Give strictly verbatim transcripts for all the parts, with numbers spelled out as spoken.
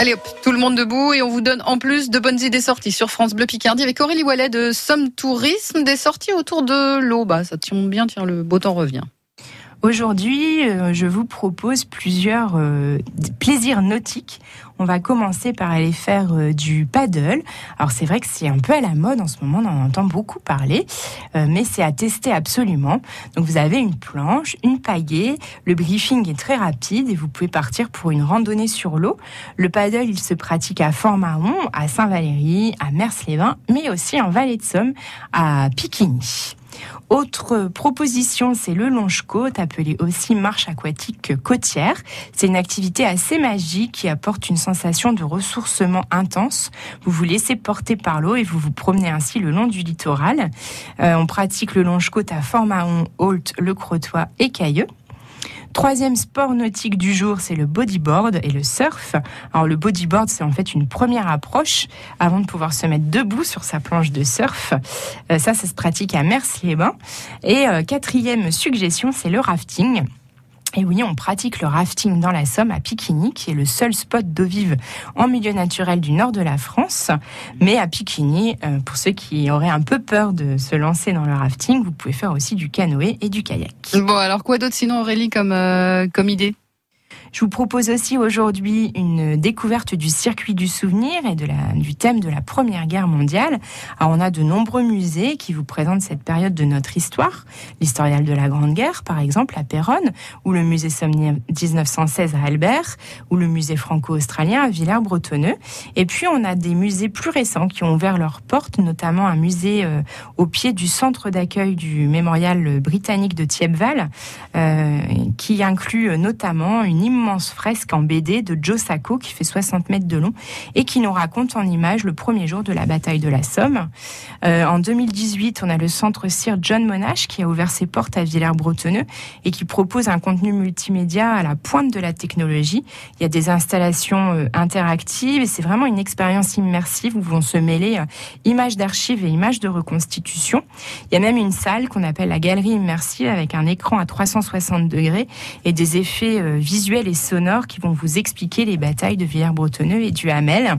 Allez hop, tout le monde debout et on vous donne en plus de bonnes idées sorties sur France Bleu Picardie avec Aurélie Wallet de Somme Tourisme. Des sorties autour de l'eau, bah ça tombe bien, tiens, le beau temps revient. Aujourd'hui, euh, je vous propose plusieurs euh, plaisirs nautiques. On va commencer par aller faire euh, du paddle. Alors c'est vrai que c'est un peu à la mode en ce moment, on en entend beaucoup parler, euh, mais c'est à tester absolument. Donc vous avez une planche, une pagaie, le briefing est très rapide et vous pouvez partir pour une randonnée sur l'eau. Le paddle, il se pratique à Fort-Mahon, à Saint-Valery, à Mers-les-Vins, mais aussi en Vallée de Somme, à Piquigny. Autre proposition, c'est le longe-côte, appelé aussi marche aquatique côtière. C'est une activité assez magique qui apporte une sensation de ressourcement intense. Vous vous laissez porter par l'eau et vous vous promenez ainsi le long du littoral. Euh, on pratique le longe-côte à Fort-Mahon, Ault, Le Crotoy et Cailleux. Troisième sport nautique du jour, c'est le bodyboard et le surf. Alors le bodyboard, c'est en fait une première approche avant de pouvoir se mettre debout sur sa planche de surf. Euh, ça, ça se pratique à Mers-les-Bains. Et euh, quatrième suggestion, c'est le rafting. Et oui, on pratique le rafting dans la Somme à Piquigny, qui est le seul spot d'eau vive en milieu naturel du nord de la France. Mais à Piquigny, euh, pour ceux qui auraient un peu peur de se lancer dans le rafting, vous pouvez faire aussi du canoë et du kayak. Bon, alors quoi d'autre sinon Aurélie comme, euh, comme idée ? Je vous propose aussi aujourd'hui une découverte du circuit du souvenir et de la, du thème de la Première Guerre mondiale. Alors on a de nombreux musées qui vous présentent cette période de notre histoire. L'historial de la Grande Guerre, par exemple, à Péronne, ou le musée Somme dix-neuf cent seize à Albert, ou le musée franco-australien à Villers-Bretonneux. Et puis on a des musées plus récents qui ont ouvert leurs portes, notamment un musée euh, au pied du centre d'accueil du mémorial britannique de Thiepval, euh, qui inclut notamment une immense fresque en B D de Joe Sacco qui fait soixante mètres de long et qui nous raconte en images le premier jour de la bataille de la Somme. Euh, en deux mille dix-huit, on a le centre Sir John Monash qui a ouvert ses portes à Villers-Bretonneux et qui propose un contenu multimédia à la pointe de la technologie. Il y a des installations euh, interactives et c'est vraiment une expérience immersive où vont se mêler euh, images d'archives et images de reconstitution. Il y a même une salle qu'on appelle la galerie immersive avec un écran à trois cent soixante degrés et des effets euh, visuels et sonores qui vont vous expliquer les batailles de Villers-Bretonneux et du Hamel.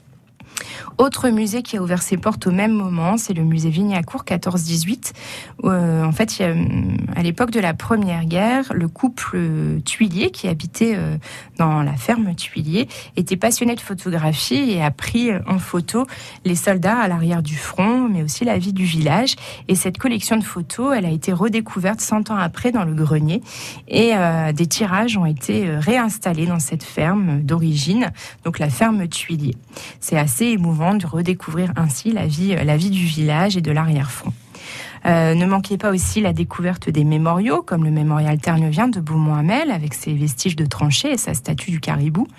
Autre musée qui a ouvert ses portes au même moment, c'est le musée Vignacourt quatorze dix-huit. Euh, en fait, il y a, à l'époque de la Première Guerre, le couple Thuillier, qui habitait euh, dans la ferme Thuillier, était passionné de photographie et a pris en photo les soldats à l'arrière du front, mais aussi la vie du village. Et cette collection de photos, elle a été redécouverte cent ans après dans le grenier. Et euh, des tirages ont été réinstallés dans cette ferme d'origine, donc la ferme Thuillier. C'est assez émouvant de redécouvrir ainsi la vie, la vie du village et de l'arrière-front. Euh, ne manquez pas aussi la découverte des mémoriaux, comme le mémorial terneuvien de Beaumont-Hamel, avec ses vestiges de tranchées et sa statue du caribou.